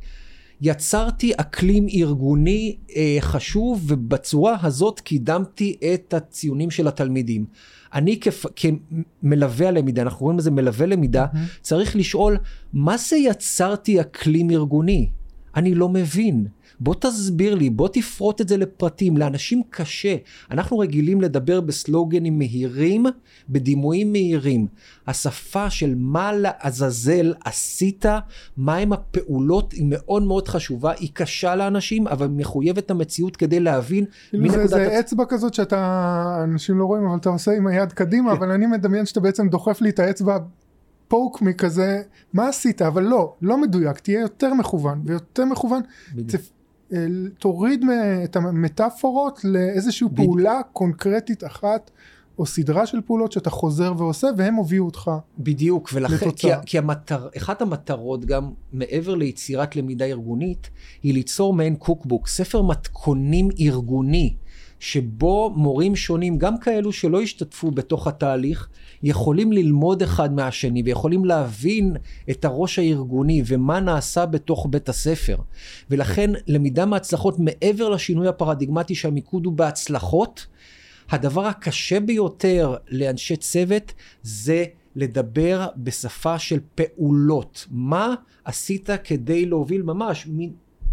יצרתי אקלים ארגוני אה, חשוב, ובצורה הזאת קידמתי את הציונים של התלמידים. אני כפ... כמלווה הלמידה, אנחנו רואים לזה מלווה למידה, mm-hmm. צריך לשאול, מה זה יצרתי אקלים ארגוני? אני לא מבין. בוא תסביר לי, בוא תפרוט את זה לפרטים. לאנשים קשה. אנחנו רגילים לדבר בסלוגנים מהירים, בדימויים מהירים. השפה של מה לעזאזל עשית, מהם הפעולות, היא מאוד מאוד חשובה, היא קשה לאנשים, אבל מחויבת המציאות כדי להבין. זה, זה הצ... אצבע כזאת שאתה, אנשים לא רואים, אבל אתה עושה עם היד קדימה, אבל אני מדמיין שאתה בעצם דוחף לי את האצבע, פוק מכזה, מה עשית? אבל לא, לא מדויק, תהיה יותר מכוון, ויותר מכוון, צפ... תוריד את המטאפורות לאיזושהי פעולה קונקרטית אחת, או סדרה של פעולות שאתה חוזר ועושה, והם הובילו אותך בדיוק, ולכן, כי, כי המטר, אחת המטרות גם מעבר ליצירת למידה ארגונית, היא ליצור מעין קוקבוק, ספר מתכונים ארגוני, שבו מורים שונים, גם כאלו שלא השתתפו בתוך התהליך, יכולים ללמוד אחד מהשני, ויכולים להבין את הראש הארגוני, ומה נעשה בתוך בית הספר. ולכן למידה מהצלחות, מעבר לשינוי הפרדיגמטי שהמיקוד הוא בהצלחות, הדבר הקשה ביותר לאנשי צוות, זה לדבר בשפה של פעולות. מה עשית כדי להוביל ממש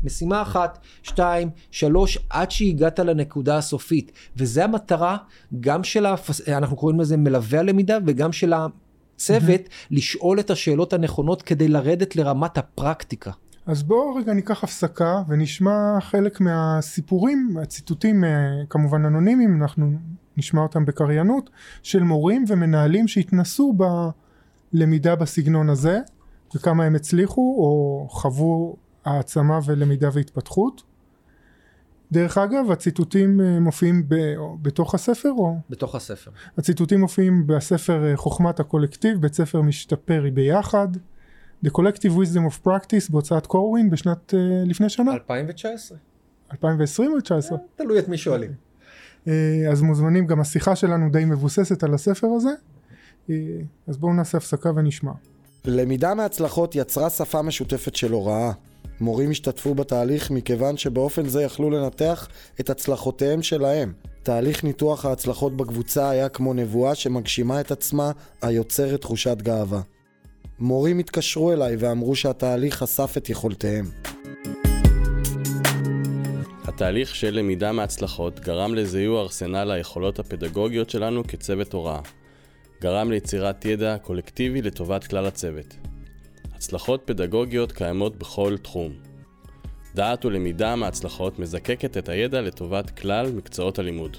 משימה אחת, שתיים, שלוש, עד שהגעת לנקודה הסופית. וזה המטרה גם של, הפס... אנחנו קוראים לזה מלווה הלמידה, וגם של הצוות, mm-hmm. לשאול את השאלות הנכונות כדי לרדת לרמת הפרקטיקה. אז בואו רגע ניקח הפסקה ונשמע חלק מהסיפורים, הציטוטים כמובן אנונימיים, אנחנו נשמע אותם בקריינות, של מורים ומנהלים שהתנסו בלמידה בסגנון הזה, וכמה הם הצליחו או חוו העצמה ולמידה והתפתחות. דרך אגב, הציטוטים מופיעים ב, בתוך הספר או? בתוך הספר. הציטוטים מופיעים בספר חוכמת הקולקטיב, בית ספר משתפרי ביחד, The Collective Wisdom of Practice בהוצאת קורווין בשנת uh, לפני שנה. אלפיים תשע עשרה. אלפיים ועשרים או תשע עשרה? תלוי את מי שואלים. Uh, אז מוזמנים, גם השיחה שלנו די מבוססת על הספר הזה. Uh, אז בואו נעשה הפסקה ונשמע. למידה מהצלחות יצרה שפה משותפת של הוראה. מורים השתתפו בתהליך מכיוון שבאופן זה יכלו לנתח את הצלחותיהם שלהם. תהליך ניתוח ההצלחות בקבוצה היה כמו נבואה שמגשימה את עצמה, היוצרת תחושת גאווה. מורים התקשרו אליי ואמרו שהתהליך חשף את יכולתיהם. התהליך של למידה מהצלחות גרם לזיהוי ארסנל היכולות הפדגוגיות שלנו כצוות הוראה. גרם ליצירת ידע קולקטיבי לטובת כלל הצוות. הצלחות פדגוגיות קיימות בכל תחום. דעת ולמידה מהצלחות מזקקת את הידע לטובת כלל מקצועות הלימוד.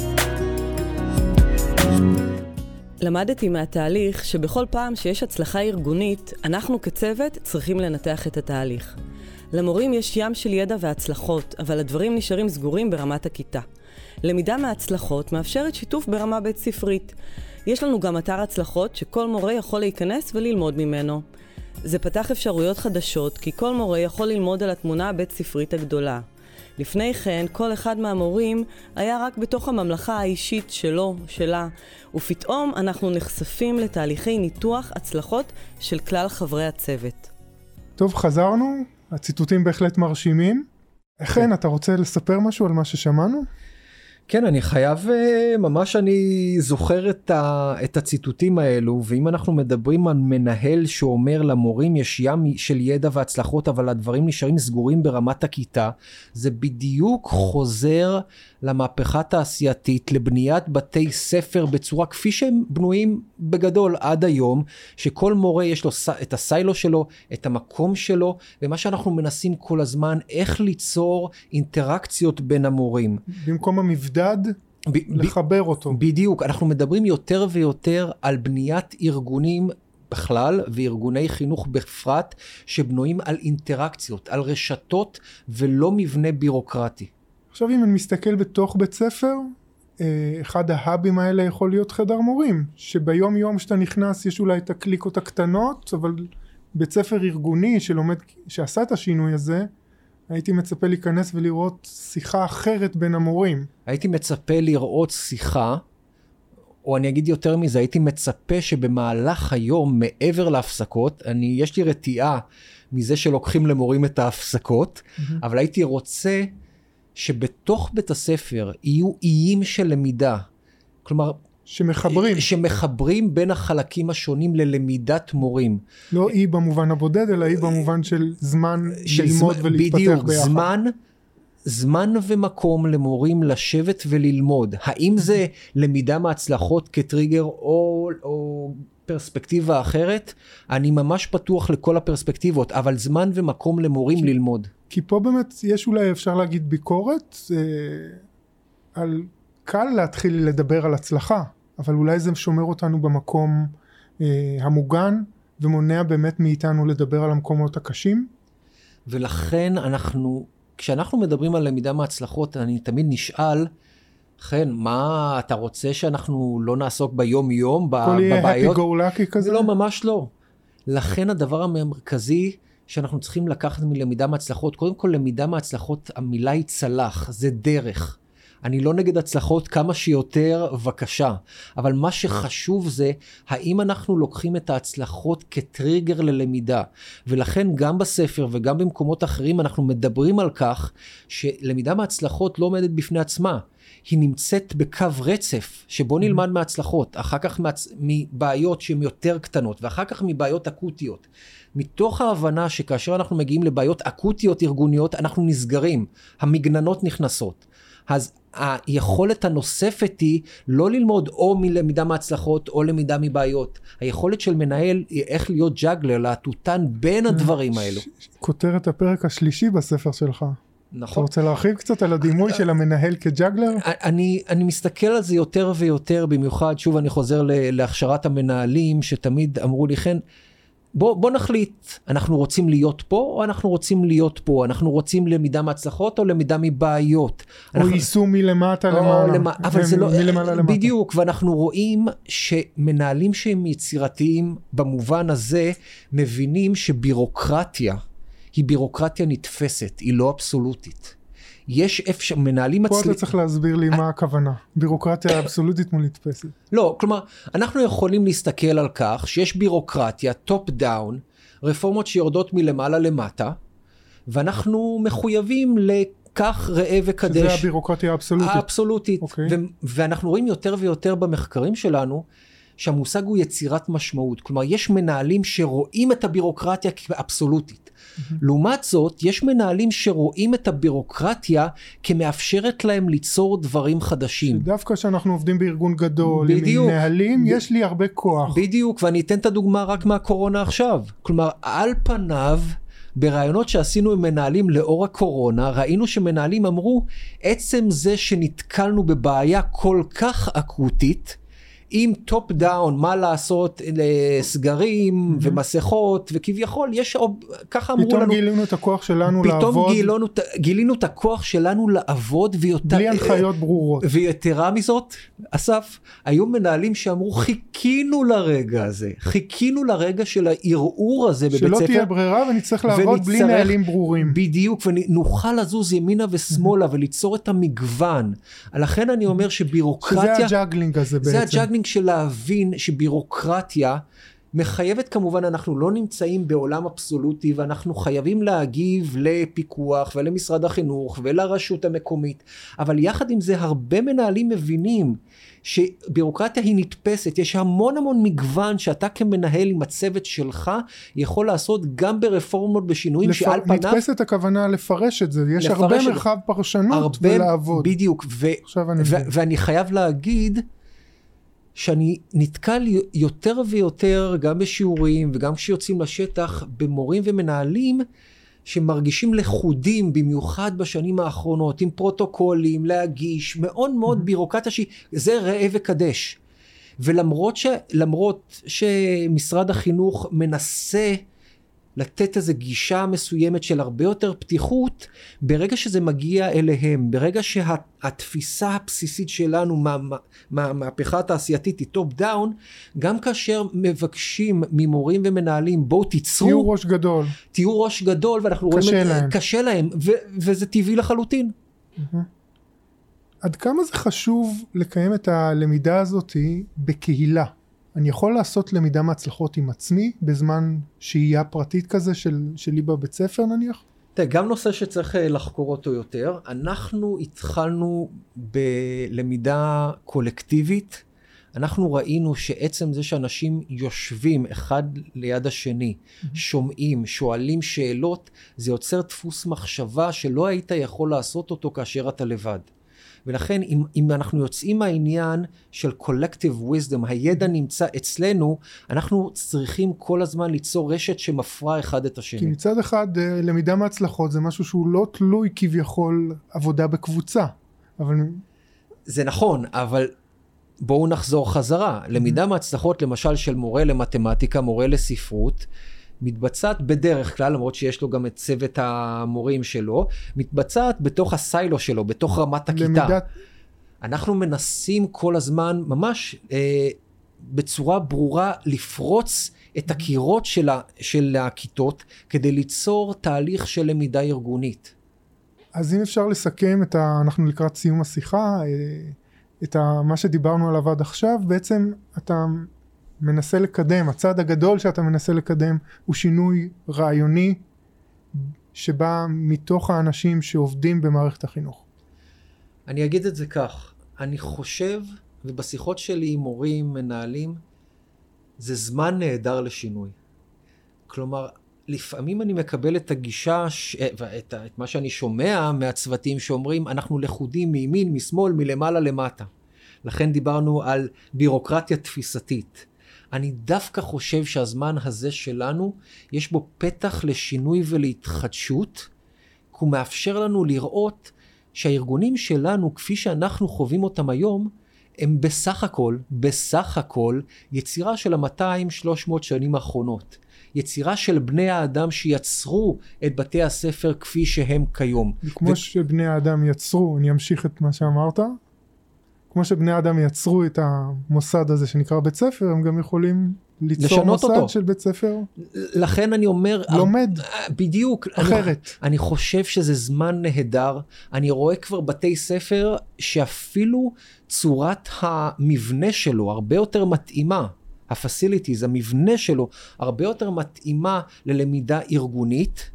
למדתי מהתהליך שבכל פעם שיש הצלחה ארגונית, אנחנו כצוות צריכים לנתח את התהליך. למורים יש ים של ידע והצלחות, אבל הדברים נשארים סגורים ברמת הכיתה. למידה מהצלחות מאפשרת שיתוף ברמה בית ספרית. יש לנו גם אתר הצלחות שכל מורה יכול להיכנס וללמוד ממנו. זה פתח אפשרויות חדשות, כי כל מורה יכול ללמוד על התמונה הבית ספרית הגדולה. לפני כן, כל אחד מהמורים היה רק בתוך הממלכה האישית שלו, שלה, ופתאום אנחנו נחשפים לתהליכי ניתוח הצלחות של כלל חברי הצוות. טוב, חזרנו, הציטוטים בהחלט מרשימים. אכן, אתה רוצה לספר משהו על מה ששמענו? כן, אני חייב, ממש אני זוכר את, ה, את הציטוטים האלו, ואם אנחנו מדברים על מנהל שאומר למורים יש ים של ידע והצלחות, אבל הדברים נשארים סגורים ברמת הכיתה, זה בדיוק חוזר למהפכה התעשייתית, לבניית בתי ספר בצורה כפי שהם בנויים בגדול עד היום, שכל מורה יש לו את הסיילו שלו, את המקום שלו, ומה שאנחנו מנסים כל הזמן, איך ליצור אינטראקציות בין המורים. במקום המבדל, ב- לחבר אותו. בדיוק, אנחנו מדברים יותר ויותר על בניית ארגונים בכלל וארגוני חינוך בפרט שבנויים על אינטראקציות, על רשתות ולא מבנה בירוקרטי. עכשיו אם אני מסתכל בתוך בית ספר, אחד ההאבים האלה יכול להיות חדר מורים, שביום יום שאתה נכנס יש אולי את הקליקות הקטנות, אבל בית ספר ארגוני שלומד, שעשה את השינוי הזה, הייתי מצפה להיכנס ולראות שיחה אחרת בין המורים. הייתי מצפה לראות שיחה, או אני אגיד יותר מזה, הייתי מצפה שבמהלך היום, מעבר להפסקות, אני, יש לי רתיעה מזה שלוקחים למורים את ההפסקות, mm-hmm. אבל הייתי רוצה שבתוך בית הספר יהיו איים של למידה. כלומר, שמחברים. שמחברים בין החלקים השונים ללמידת מורים. לא אי במובן הבודד, אלא אי במובן של זמן של ללמוד זמן, ולהתפתח בדיוק, ביחד. זמן, זמן ומקום למורים לשבת וללמוד. האם זה למידה מהצלחות כטריגר או, או פרספקטיבה אחרת? אני ממש פתוח לכל הפרספקטיבות, אבל זמן ומקום למורים כי, ללמוד. כי פה באמת יש אולי אפשר להגיד ביקורת, אה, על קל להתחיל לדבר על הצלחה. אבל אולי זה שומר אותנו במקום אה, המוגן, ומונע באמת מאיתנו לדבר על המקומות הקשים. ולכן אנחנו, כשאנחנו מדברים על למידה מהצלחות, אני תמיד נשאל, כן, מה אתה רוצה שאנחנו לא נעסוק ביום יום, כל בבעיות? יהיה happy go lucky כזה? לא, ממש לא. לכן הדבר המרכזי שאנחנו צריכים לקחת מלמידה מהצלחות, קודם כל למידה מהצלחות, המילה היא צלח, זה דרך. אני לא נגד הצלחות כמה שיותר בבקשה, אבל מה שחשוב זה, האם אנחנו לוקחים את ההצלחות כטריגר ללמידה, ולכן גם בספר וגם במקומות אחרים אנחנו מדברים על כך, שלמידה מהצלחות לא עומדת בפני עצמה, היא נמצאת בקו רצף, שבו נלמד מהצלחות, אחר כך מהצ... מבעיות שהן יותר קטנות, ואחר כך מבעיות אקוטיות. מתוך ההבנה שכאשר אנחנו מגיעים לבעיות אקוטיות ארגוניות, אנחנו נסגרים, המגננות נכנסות. אז היכולת הנוספת היא לא ללמוד או מלמידה מהצלחות או למידה מבעיות. היכולת של מנהל היא איך להיות ג'אגלר, להטוטן בין הדברים האלו. כותרת הפרק השלישי בספר שלך. נכון. אתה רוצה להרחיב קצת על הדימוי של המנהל כג'אגלר? אני, אני מסתכל על זה יותר ויותר, במיוחד, שוב אני חוזר להכשרת המנהלים, שתמיד אמרו לי, כן, בוא, בוא נחליט, אנחנו רוצים להיות פה, או אנחנו רוצים להיות פה, אנחנו רוצים למידה מהצלחות, או למידה מבעיות. או אנחנו... יישום מלמטה למעלה. למע... אבל זה לא... מלמעלה למטה. בדיוק, ואנחנו רואים שמנהלים שהם יצירתיים, במובן הזה, מבינים שבירוקרטיה, היא בירוקרטיה נתפסת, היא לא אבסולוטית. יש אפשר, מנהלים פה מצליחים... אתה צריך להסביר לי מה הכוונה. בירוקרטיה אבסולוטית מול נתפסת. לא, כלומר, אנחנו יכולים להסתכל על כך שיש בירוקרטיה, טופ דאון, רפורמות שיורדות מלמעלה למטה, ואנחנו מחויבים לכך ראה וקדש. שזה הבירוקרטיה האבסולוטית. האבסולוטית. אוקיי. ו- ואנחנו רואים יותר ויותר במחקרים שלנו, שהמושג הוא יצירת משמעות. כלומר, יש מנהלים שרואים את הבירוקרטיה כאבסולוטית. לעומת זאת, יש מנהלים שרואים את הבירוקרטיה כמאפשרת להם ליצור דברים חדשים. שדווקא שאנחנו עובדים בארגון גדול, בדיוק. עם נהלים, יש לי הרבה כוח. בדיוק, ואני אתן את הדוגמה רק מהקורונה עכשיו. כלומר, על פניו, ברעיונות שעשינו עם מנהלים לאור הקורונה, ראינו שמנהלים אמרו, עצם זה שנתקלנו בבעיה כל כך אקוטית, עם טופ דאון, מה לעשות לסגרים mm-hmm. ומסכות, וכביכול יש, ככה אמרו פתאום לנו. פתאום גילינו את הכוח שלנו פתאום לעבוד. פתאום גילינו, גילינו את הכוח שלנו לעבוד, ויותר, בלי הנחיות ברורות. ויתרה מזאת, אסף, היו מנהלים שאמרו, חיכינו לרגע הזה, חיכינו לרגע של הערעור הזה בבית ספר. שלא תהיה ברירה ונצטרך לעבוד בלי נהלים ברורים. בדיוק, ונוכל לזוז ימינה ושמאלה, וליצור את המגוון. לכן אני אומר שבירוקרטיה... שזה הג'אגלינג הזה בעצם. זה הג'אגלינג של להבין שבירוקרטיה מחייבת, כמובן אנחנו לא נמצאים בעולם אבסולוטי, ואנחנו חייבים להגיב לפיקוח ולמשרד החינוך ולרשות המקומית, אבל יחד עם זה הרבה מנהלים מבינים שבירוקרטיה היא נתפסת, יש המון המון מגוון שאתה כמנהל עם הצוות שלך יכול לעשות גם ברפורמות בשינויים לפ... שעל פניו... נתפסת הכוונה לפרש את זה, יש הרבה מרחב פרשנות הרבה... ולעבוד. בדיוק, ו... אני ו... ואני חייב להגיד שאני נתקל יותר ויותר גם בשיעורים וגם כשיוצאים לשטח במורים ומנהלים שמרגישים לחודים במיוחד בשנים האחרונות עם פרוטוקולים להגיש מאוד מאוד בירוקרטיה שזה ראה וקדש, ולמרות ש... למרות שמשרד החינוך מנסה לתת איזו גישה מסוימת של הרבה יותר פתיחות, ברגע שזה מגיע אליהם, ברגע שהתפיסה הבסיסית שלנו מהמהפכה מה, התעשייתית היא טופ דאון, גם כאשר מבקשים ממורים ומנהלים, בואו תיצרו, תהיו ראש גדול. תהיו ראש גדול, ואנחנו רואים את זה, קשה להם, ו, וזה טבעי לחלוטין. עד כמה זה חשוב לקיים את הלמידה הזאת בקהילה? אני יכול לעשות למידה מהצלחות עם עצמי, בזמן שהייה פרטית כזה של, שלי בבית ספר נניח? תראה, גם נושא שצריך לחקור אותו יותר. אנחנו התחלנו בלמידה קולקטיבית, אנחנו ראינו שעצם זה שאנשים יושבים אחד ליד השני, mm-hmm. שומעים, שואלים שאלות, זה יוצר דפוס מחשבה שלא היית יכול לעשות אותו כאשר אתה לבד. ולכן אם, אם אנחנו יוצאים מהעניין של collective wisdom, הידע נמצא אצלנו, אנחנו צריכים כל הזמן ליצור רשת שמפרה אחד את השני. כי מצד אחד למידה מהצלחות זה משהו שהוא לא תלוי כביכול עבודה בקבוצה. אבל... זה נכון, אבל בואו נחזור חזרה. למידה מהצלחות למשל של מורה למתמטיקה, מורה לספרות, מתבצעת בדרך כלל, למרות שיש לו גם את צוות המורים שלו, מתבצעת בתוך הסיילו שלו, בתוך רמת הכיתה. למידת... אנחנו מנסים כל הזמן, ממש אה, בצורה ברורה, לפרוץ את הקירות של, ה, של הכיתות, כדי ליצור תהליך של למידה ארגונית. אז אם אפשר לסכם את ה... אנחנו לקראת סיום השיחה, את ה... מה שדיברנו עליו עד עכשיו, בעצם אתה מנסה לקדם, הצעד הגדול שאתה מנסה לקדם הוא שינוי רעיוני שבא מתוך האנשים שעובדים במערכת החינוך. אני אגיד את זה כך, אני חושב, ובשיחות שלי עם מורים, מנהלים, זה זמן נהדר לשינוי. כלומר, לפעמים אני מקבל את הגישה, ואת את מה שאני שומע מהצוותים שאומרים, אנחנו לכודים מימין, משמאל, מלמעלה למטה. לכן דיברנו על בירוקרטיה תפיסתית. אני דווקא חושב שהזמן הזה שלנו, יש בו פתח לשינוי ולהתחדשות, כי הוא מאפשר לנו לראות שהארגונים שלנו, כפי שאנחנו חווים אותם היום, הם בסך הכל, בסך הכל, יצירה של ה-מאתיים שלוש מאות שנים האחרונות. יצירה של בני האדם שיצרו את בתי הספר כפי שהם כיום. כמו ו... שבני האדם יצרו, אני אמשיך את מה שאמרת, כמו שבני האדם יצרו את המוסד הזה שנקרא בית ספר, הם גם יכולים ליצור מוסד אותו. של בית ספר. לכן אני אומר... לומד. בדיוק. אחרת. אני, אני חושב שזה זמן נהדר. אני רואה כבר בתי ספר שאפילו צורת המבנה שלו הרבה יותר מתאימה. הפסיליטיז, המבנה שלו, הרבה יותר מתאימה ללמידה ארגונית,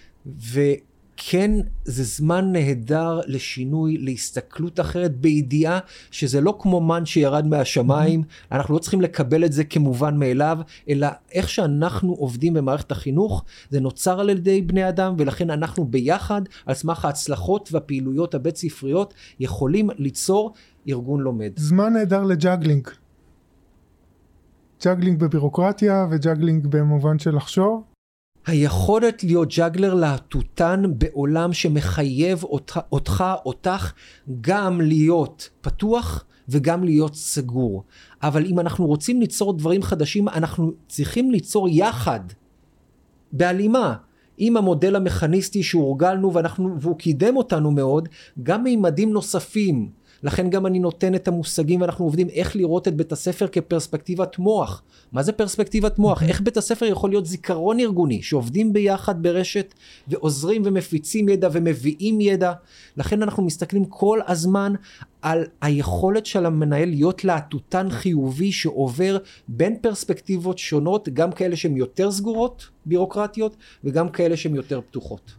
וכן, זה זמן נהדר לשינוי, להסתכלות אחרת, בידיעה שזה לא כמו מן שירד מהשמיים, mm-hmm. אנחנו לא צריכים לקבל את זה כמובן מאליו, אלא איך שאנחנו עובדים במערכת החינוך, זה נוצר על ידי בני אדם, ולכן אנחנו ביחד, על סמך ההצלחות והפעילויות הבית ספריות, יכולים ליצור ארגון לומד. זמן נהדר לג'אגלינג. ג'אגלינג בבירוקרטיה וג'אגלינג במובן של לחשוב. היכולת להיות ג'אגלר להטוטן בעולם שמחייב אותך, אותך, אותך, גם להיות פתוח וגם להיות סגור. אבל אם אנחנו רוצים ליצור דברים חדשים, אנחנו צריכים ליצור יחד, בהלימה, עם המודל המכניסטי שהורגלנו ואנחנו, והוא קידם אותנו מאוד, גם מימדים נוספים. לכן גם אני נותן את המושגים ואנחנו עובדים איך לראות את בית הספר כפרספקטיבת מוח. מה זה פרספקטיבת מוח? איך בית הספר יכול להיות זיכרון ארגוני שעובדים ביחד ברשת ועוזרים ומפיצים ידע ומביאים ידע. לכן אנחנו מסתכלים כל הזמן על היכולת של המנהל להיות להטוטן חיובי שעובר בין פרספקטיבות שונות, גם כאלה שהן יותר סגורות, בירוקרטיות, וגם כאלה שהן יותר פתוחות.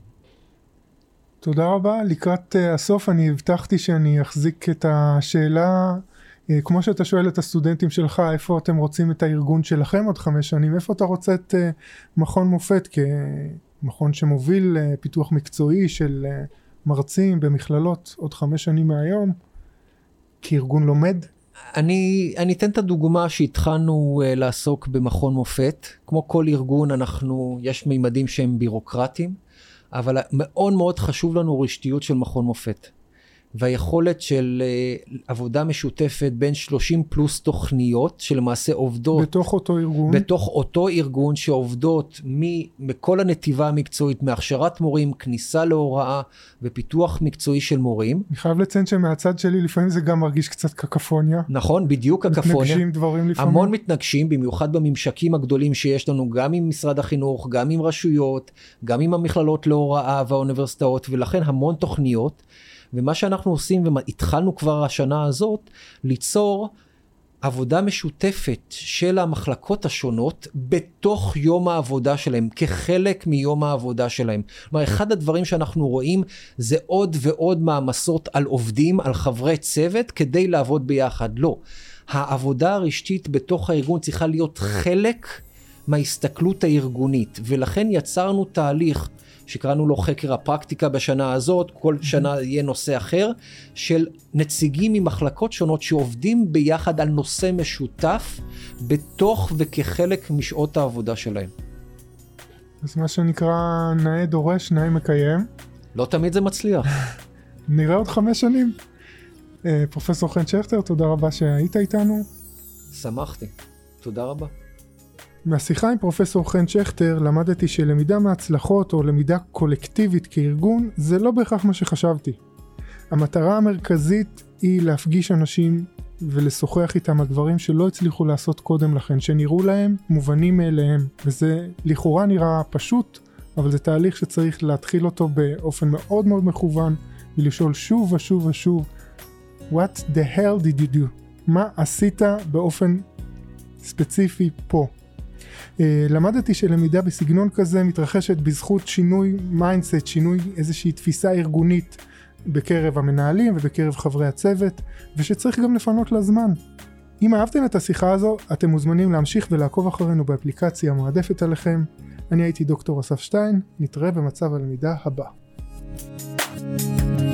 תודה רבה. לקראת uh, הסוף אני הבטחתי שאני אחזיק את השאלה, uh, כמו שאתה שואל את הסטודנטים שלך, איפה אתם רוצים את הארגון שלכם עוד חמש שנים, איפה אתה רוצה את uh, מכון מופת כמכון שמוביל uh, פיתוח מקצועי של uh, מרצים במכללות עוד חמש שנים מהיום, כארגון לומד? אני, אני אתן את הדוגמה שהתחלנו uh, לעסוק במכון מופת. כמו כל ארגון אנחנו, יש מימדים שהם בירוקרטיים, אבל מאוד מאוד חשוב לנו רשתיות של מכון מופת. והיכולת של uh, עבודה משותפת בין שלושים פלוס תוכניות שלמעשה עובדות בתוך אותו ארגון בתוך אותו ארגון שעובדות מכל הנתיבה המקצועית, מהכשרת מורים, כניסה להוראה ופיתוח מקצועי של מורים. אני חייב לציין שמהצד שלי לפעמים זה גם מרגיש קצת קקפוניה. נכון, בדיוק קקפוניה. מתנגשים דברים לפעמים. המון מתנגשים, במיוחד בממשקים הגדולים שיש לנו גם עם משרד החינוך, גם עם רשויות, גם עם המכללות להוראה והאוניברסיטאות, ולכן המון תוכניות. ומה שאנחנו עושים, והתחלנו כבר השנה הזאת, ליצור עבודה משותפת של המחלקות השונות בתוך יום העבודה שלהם, כחלק מיום העבודה שלהם. כלומר, אחד הדברים שאנחנו רואים זה עוד ועוד מאמסות על עובדים, על חברי צוות, כדי לעבוד ביחד. לא. העבודה הרשתית בתוך הארגון צריכה להיות חלק מההסתכלות הארגונית, ולכן יצרנו תהליך שקראנו לו חקר הפרקטיקה בשנה הזאת, כל שנה יהיה נושא אחר, של נציגים ממחלקות שונות שעובדים ביחד על נושא משותף, בתוך וכחלק משעות העבודה שלהם. אז מה שנקרא נאה דורש, נאה מקיים. לא תמיד זה מצליח. נראה עוד חמש שנים. פרופסור חן שכטר, תודה רבה שהיית איתנו. שמחתי. תודה רבה. מהשיחה עם פרופסור חן שכטר למדתי שלמידה מהצלחות או למידה קולקטיבית כארגון זה לא בהכרח מה שחשבתי. המטרה המרכזית היא להפגיש אנשים ולשוחח איתם על דברים שלא הצליחו לעשות קודם לכן, שנראו להם מובנים מאליהם, וזה לכאורה נראה פשוט, אבל זה תהליך שצריך להתחיל אותו באופן מאוד מאוד מכוון, ולשאול שוב ושוב ושוב, What the hell did you do? מה עשית באופן ספציפי פה? Uh, למדתי שלמידה בסגנון כזה מתרחשת בזכות שינוי מיינדסט, שינוי איזושהי תפיסה ארגונית בקרב המנהלים ובקרב חברי הצוות, ושצריך גם לפנות לה זמן. אם אהבתם את השיחה הזו, אתם מוזמנים להמשיך ולעקוב אחרינו באפליקציה המועדפת עליכם. אני הייתי דוקטור אסף שטיין, נתראה במצב הלמידה הבא.